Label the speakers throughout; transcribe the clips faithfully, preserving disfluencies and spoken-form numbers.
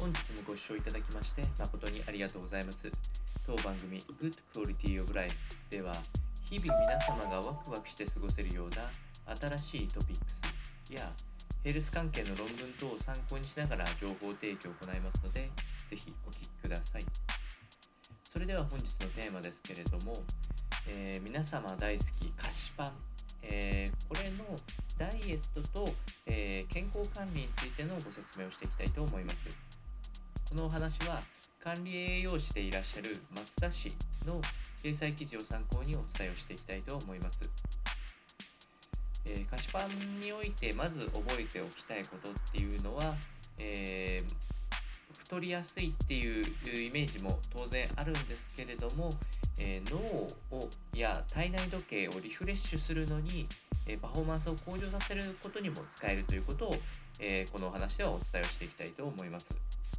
Speaker 1: 本日もご視聴いただきまして誠にありがとうございます。当番組 Good Quality of Life では、日々皆様がワクワクして過ごせるような新しいトピックスやヘルス関係の論文等を参考にしながら情報提供を行いますので、ぜひお聞きください。それでは本日のテーマですけれども、えー皆様大好き菓子パン、えーこれのダイエットと、えー健康管理についてのご説明をしていきたいと思います。このお話は管理栄養士でいらっしゃる松田氏の掲載記事を参考にお伝えをしていきたいと思います。えー菓子パンにおいてまず覚えておきたいことっていうのは、えー太りやすいっていうイメージも当然あるんですけれども、えー脳をや体内時計をリフレッシュするのに、えーパフォーマンスを向上させることにも使えるということを、えーこのお話ではお伝えをしていきたいと思います。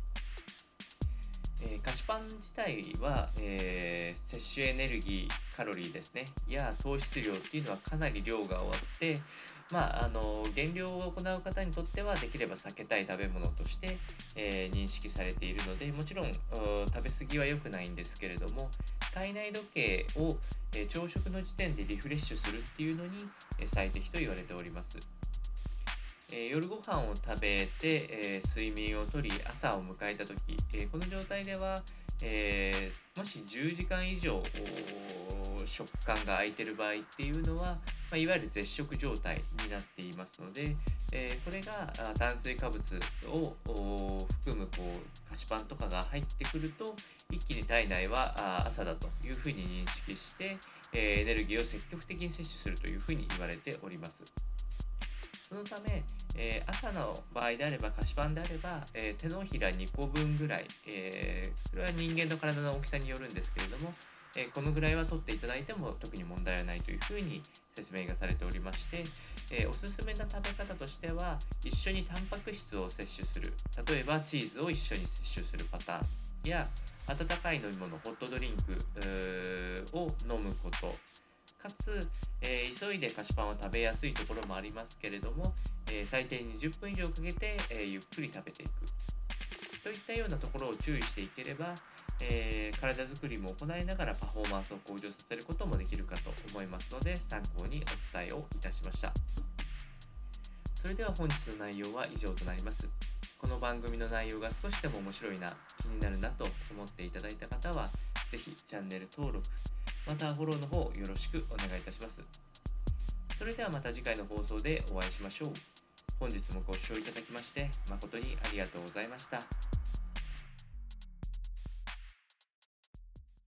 Speaker 1: えー菓子パン自体は、えー摂取エネルギー、カロリーですね、や糖質量っていうのはかなり量が多くて、まあ、あの減量を行う方にとってはできれば避けたい食べ物として、えー認識されているので、もちろん食べ過ぎは良くないんですけれども、体内時計を、えー朝食の時点でリフレッシュするっていうのに、えー最適と言われております。えー夜ご飯を食べて、えー睡眠をとり朝を迎えた時、えーこの状態では、えーもしじゅうじかん以上食感が空いている場合っていうのは、まあ、いわゆる絶食状態になっていますので、えーこれがあ炭水化物をお含むこう菓子パンとかが入ってくると、一気に体内はあ朝だというふうに認識して、えーエネルギーを積極的に摂取するというふうに言われております。そのため、えー朝の場合であれば、菓子パンであれば、えー手のひらにこぶんぐらい、えーそれは人間の体の大きさによるんですけれども、えーこのぐらいは取っていただいても特に問題はないというふうに説明がされておりまして、えーおすすめな食べ方としては、一緒にタンパク質を摂取する、例えばチーズを一緒に摂取するパターンや、温かい飲み物、ホットドリンクうーを飲むこと、かつ、えー急いで菓子パンを食べやすいところもありますけれども、えー最低にじゅっぷん以上かけて、えーゆっくり食べていくといったようなところを注意していければ、えー体づくりも行いながらパフォーマンスを向上させることもできるかと思いますので、参考にお伝えをいたしました。それでは本日の内容は以上となります。この番組の内容が少しでも面白いな、気になるなと思っていただいた方は、ぜひチャンネル登録、またフォローの方よろしくお願いいたします。それではまた次回の放送でお会いしましょう。本日もご視聴いただきまして誠にありがとうございました。